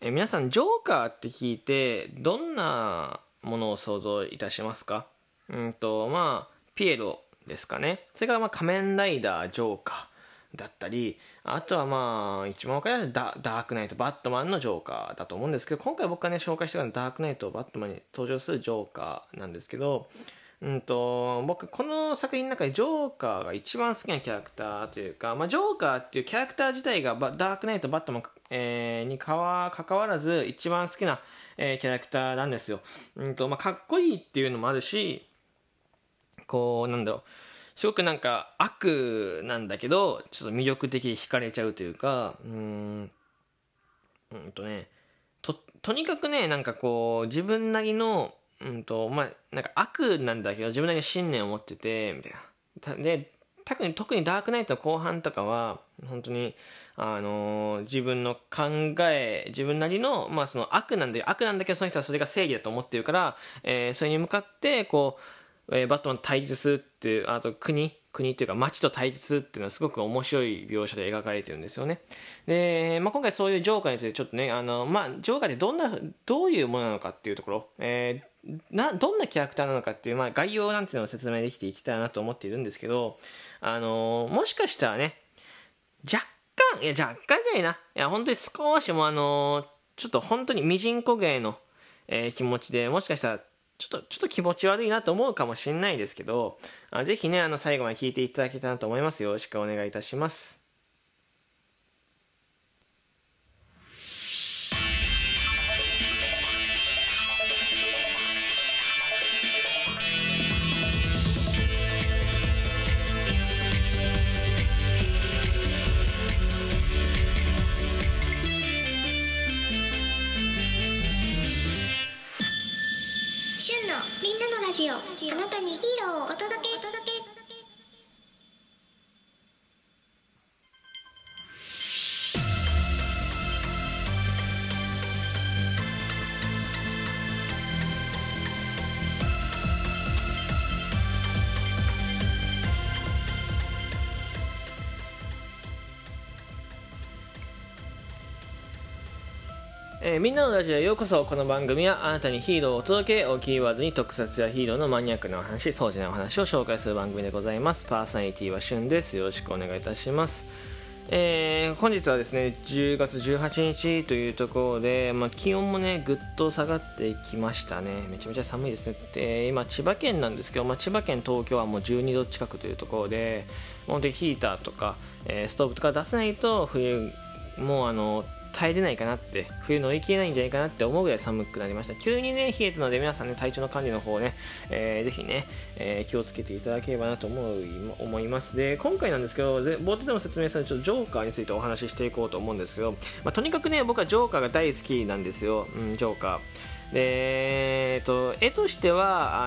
皆さんジョーカーって聞いてどんなものを想像いたしますか？ピエロですかね。それから仮面ライダージョーカーだったり、あとは一番分かりやすいダークナイト、バットマンのジョーカーだと思うんですけど、今回僕がね紹介してるのはダークナイト、バットマンに登場するジョーカーなんですけど、僕この作品の中でジョーカーが一番好きなキャラクターというか、ジョーカーっていうキャラクター自体がダークナイト、バットマン、に関わらず一番好きな、キャラクターなんですよ。かっこいいっていうのもあるし、すごく悪なんだけどちょっと魅力的で惹かれちゃうというか、とにかくね、自分なりの悪なんだけど自分なりの信念を持っててみたいな。で特にダークナイトの後半とかは本当に自分の考え、自分なりの、その悪なんだけどその人はそれが正義だと思ってるから、それに向かってバットマンと対立するっていう、あと国っていうか街と対立するっていうのはすごく面白い描写で描かれてるんですよね。で、今回そういうジョーカーについてちょっとね、ジョーカーってどういうものなのかっていうところ、どんなキャラクターなのかっていう、概要なんていうのを説明できていきたいなと思っているんですけど、もしかしたらね、若干じゃないな。本当に少しもちょっと本当にミジンコ芸の、気持ちで、もしかしたらちょっと気持ち悪いなと思うかもしれないですけど、ぜひね、最後まで聞いていただけたらと思います。よろしくお願いいたします。 旬のみんなのラジオ、あなたにヒーローをお届け。 みんなのラジオへようこそ。この番組はあなたにヒーローをお届けをキーワードに特撮やヒーローのマニアックなお話、そうじゃないお話を紹介する番組でございます。パーソナリティはしゅんです。よろしくお願いいたします。本日はですね10月18日というところで、気温もねぐっと下がってきましたね。めちゃめちゃ寒いですね。今千葉県なんですけど、千葉県、東京はもう12度近くというところで、本当にヒーターとか、ストーブとか出せないと冬もう耐えれないかなって、冬乗り切れないんじゃないかなって思うぐらい寒くなりました。急にね冷えたので、皆さんね体調の管理の方ね、ぜひね、気をつけていただければなと思います。で、今回なんですけど、冒頭でも説明されたジョーカーについてお話ししていこうと思うんですけど、とにかくね僕はジョーカーが大好きなんですよ。ジョーカーで、絵としては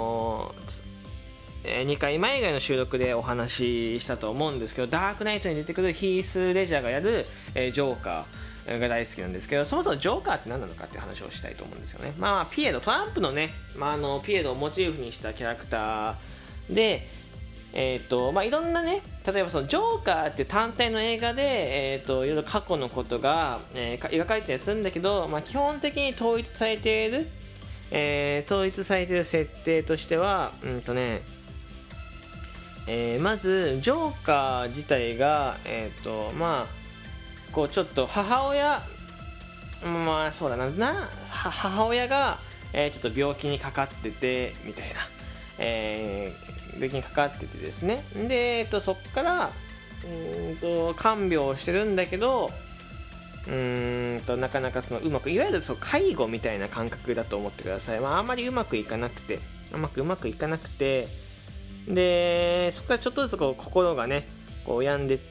2回前以外の収録でお話ししたと思うんですけど、ダークナイトに出てくるヒース・レジャーがやる、ジョーカーが大好きなんですけど、そもそもジョーカーって何なのかっていう話をしたいと思うんですよね。ピエロ、トランプのね、ピエロをモチーフにしたキャラクターで、いろんなね、例えばそのジョーカーっていう単体の映画で、いろいろ過去のことが、描かれたりするんだけど、基本的に統一されている設定としては、まずジョーカー自体がちょっと母親が、ちょっと病気にかかっててみたいな、病気にかかっててですね。で、そっから看病をしてるんだけど、なかなかうまく、いわゆる介護みたいな感覚だと思ってください。あんまりうまくいかなくて、でそこからちょっとずつ心がね病んでって、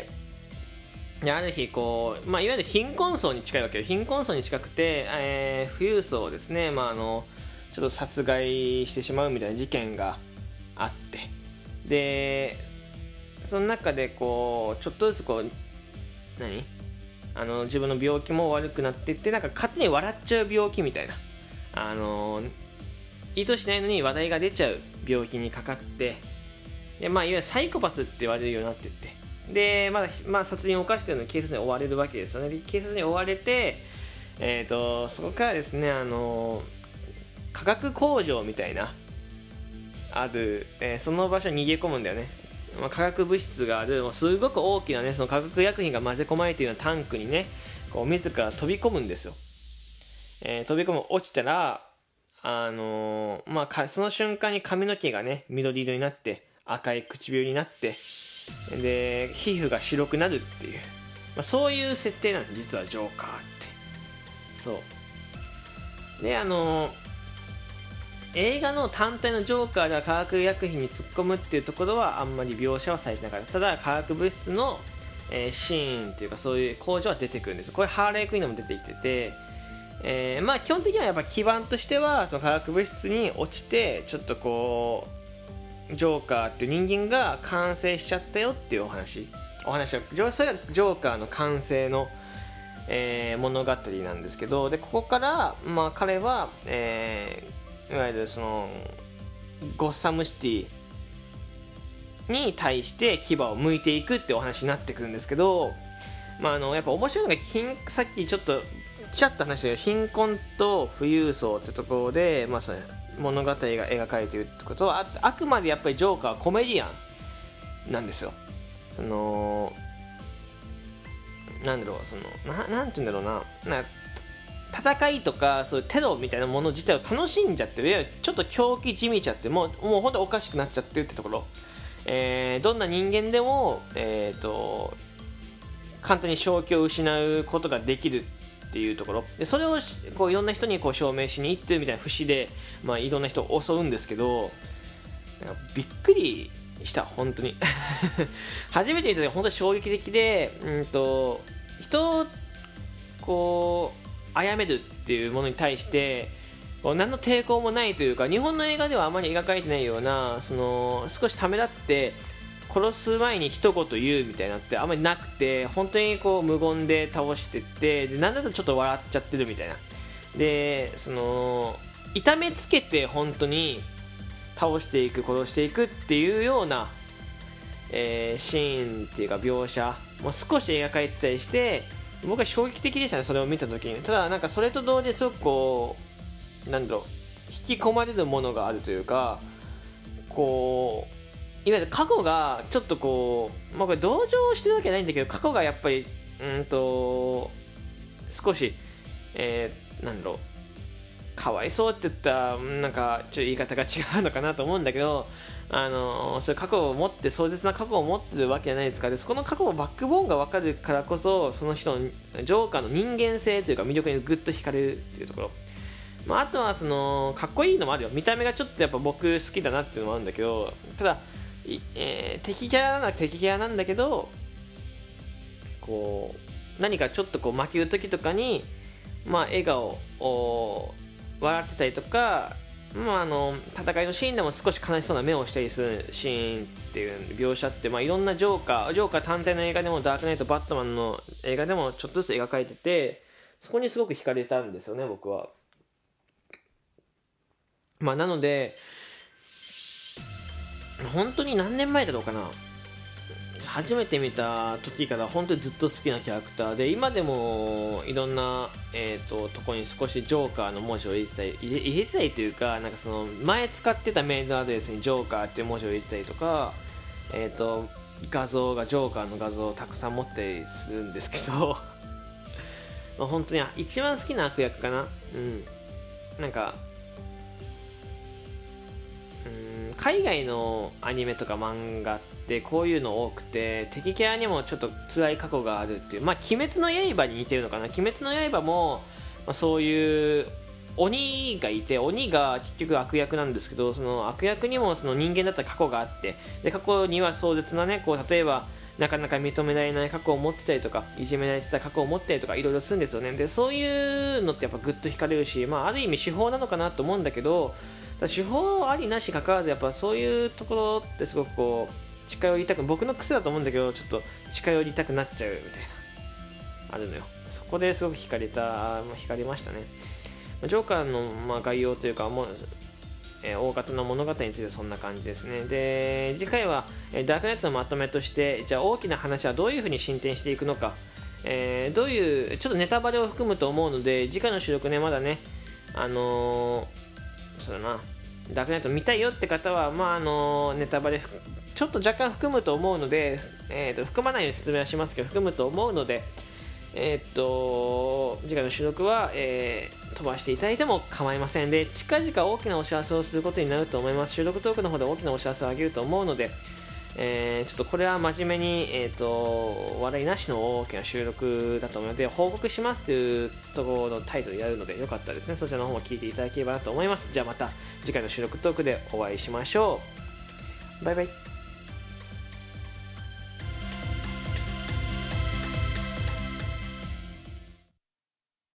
である日いわゆる貧困層に近いわけよ。貧困層に近くて、富裕層をですね、ちょっと殺害してしまうみたいな事件があって、でその中でちょっとずつ自分の病気も悪くなっていって、勝手に笑っちゃう病気みたいな、意図しないのに話題が出ちゃう病気にかかって、でいわゆるサイコパスって言われるようになっていって、で殺人を犯しているのに警察に追われるわけですよね。で警察に追われて、 そこからですね化学工場みたいなある、その場所に逃げ込むんだよね。化学物質があるもうすごく大きなねその化学薬品が混ぜ込まれているようなタンクにねこう自ら飛び込むんですよ。飛び込む落ちたらその瞬間に髪の毛がね緑色になって赤い唇になってで皮膚が白くなるっていう、そういう設定なんです実はジョーカーって。そうで映画の単体のジョーカーでは化学薬品に突っ込むっていうところはあんまり描写はされてなかった。ただ化学物質の、シーンっていうかそういう工場は出てくるんです。これハーレークイーンでも出てきてて、基本的にはやっぱ基盤としてはその化学物質に落ちてちょっとこうジョーカーっていう人間が完成しちゃったよっていうお話はそれがジョーカーの完成の、物語なんですけど、でここから、彼は、いわゆるそのゴッサムシティに対して牙を向いていくってお話になってくるんですけど、やっぱ面白いのがさっきちょっとちらっと話したけど貧困と富裕層ってところで、その物語が描かれているってことはあくまでやっぱりジョーカーはコメディアンなんですよ。そのなんて言うんだろうな戦いとかそういうテロみたいなもの自体を楽しんじゃってる、いわゆるちょっと狂気じみちゃってもう本当におかしくなっちゃってるってところ、どんな人間でも、簡単に正気を失うことができるっていうところで、それをこういろんな人にこう証明しに行ってるみたいな節で、いろんな人を襲うんですけど、びっくりした本当に初めて見た時本当に衝撃的で、人をこう殺めるっていうものに対して何の抵抗もないというか、日本の映画ではあまり描かれてないようなその少しためらって殺す前に一言言うみたいなってあんまりなくて、本当にこう無言で倒してってで、なんだとちょっと笑っちゃってるみたいなで、その痛めつけて本当に倒していく殺していくっていうような、シーンっていうか描写も少し描かれてたりして僕は衝撃的でしたね、それを見た時に。ただそれと同時ですごくこう引き込まれるものがあるというか、こういわゆる過去がちょっとこう、これ同情してるわけじゃないんだけど、過去がやっぱり少しかわいそうって言ったらちょっと言い方が違うのかなと思うんだけど、そういう過去を持って壮絶な過去を持ってるわけじゃないですか。でそこの過去のバックボーンが分かるからこそその人のジョーカーの人間性というか魅力にグッと惹かれるっていうところ、あとはそのかっこいいのもあるよ。見た目がちょっとやっぱ僕好きだなっていうのもあるんだけど、ただ、敵キャラなら敵キャラなんだけど、こう何かちょっとこう負ける時とかに笑顔を笑ってたりとか、戦いのシーンでも少し悲しそうな目をしたりするシーンっていう描写って、いろんなジョーカー単体の映画でもダークナイトバットマンの映画でもちょっとずつ描かれてて、そこにすごく惹かれたんですよね僕は。なので本当に何年前だろうかな、初めて見た時から本当にずっと好きなキャラクターで、今でもいろんな、とこに少しジョーカーの文字を入れてたりというか、その前使ってたメールアドレスにジョーカーっていう文字を入れてたりとか、画像がジョーカーの画像をたくさん持ったりするんですけど本当に一番好きな悪役かな。海外のアニメとか漫画ってこういうの多くて、敵キャラにもちょっと辛い過去があるっていう、鬼滅の刃に似てるのかな。鬼滅の刃も、そういう鬼がいて、鬼が結局悪役なんですけど、その悪役にもその人間だった過去があって、で過去には壮絶なね、こう例えばなかなか認められない過去を持ってたりとか、いじめられてた過去を持ってたりとかいろいろするんですよね。でそういうのってやっぱグッと惹かれるし、ある意味手法なのかなと思うんだけど、手法ありなし関わらずやっぱそういうところってすごくこう近寄りたく、僕の癖だと思うんだけどちょっと近寄りたくなっちゃうみたいなあるのよ。そこですごく惹かれましたね。ジョーカーの概要というか大方の物語についてはそんな感じですね。で次回はダークナイトのまとめとして、じゃあ大きな話はどういうふうに進展していくのか、 どういうちょっとネタバレを含むと思うので、次回の収録ねまだねそうだな、ダークナイト見たいよって方は、ネタバレちょっと若干含むと思うので、含まないように説明はしますけど、含むと思うので、次回の収録は、飛ばしていただいても構いません。で、近々大きなお知らせをすることになると思います。収録トークの方で大きなお知らせをあげると思うので、ちょっとこれは真面目に、笑いなしの大きな収録だと思うので、報告しますというところのタイトルでやるので、よかったですね。そちらの方も聞いていただければなと思います。じゃあまた次回の収録トークでお会いしましょう。バイバイ。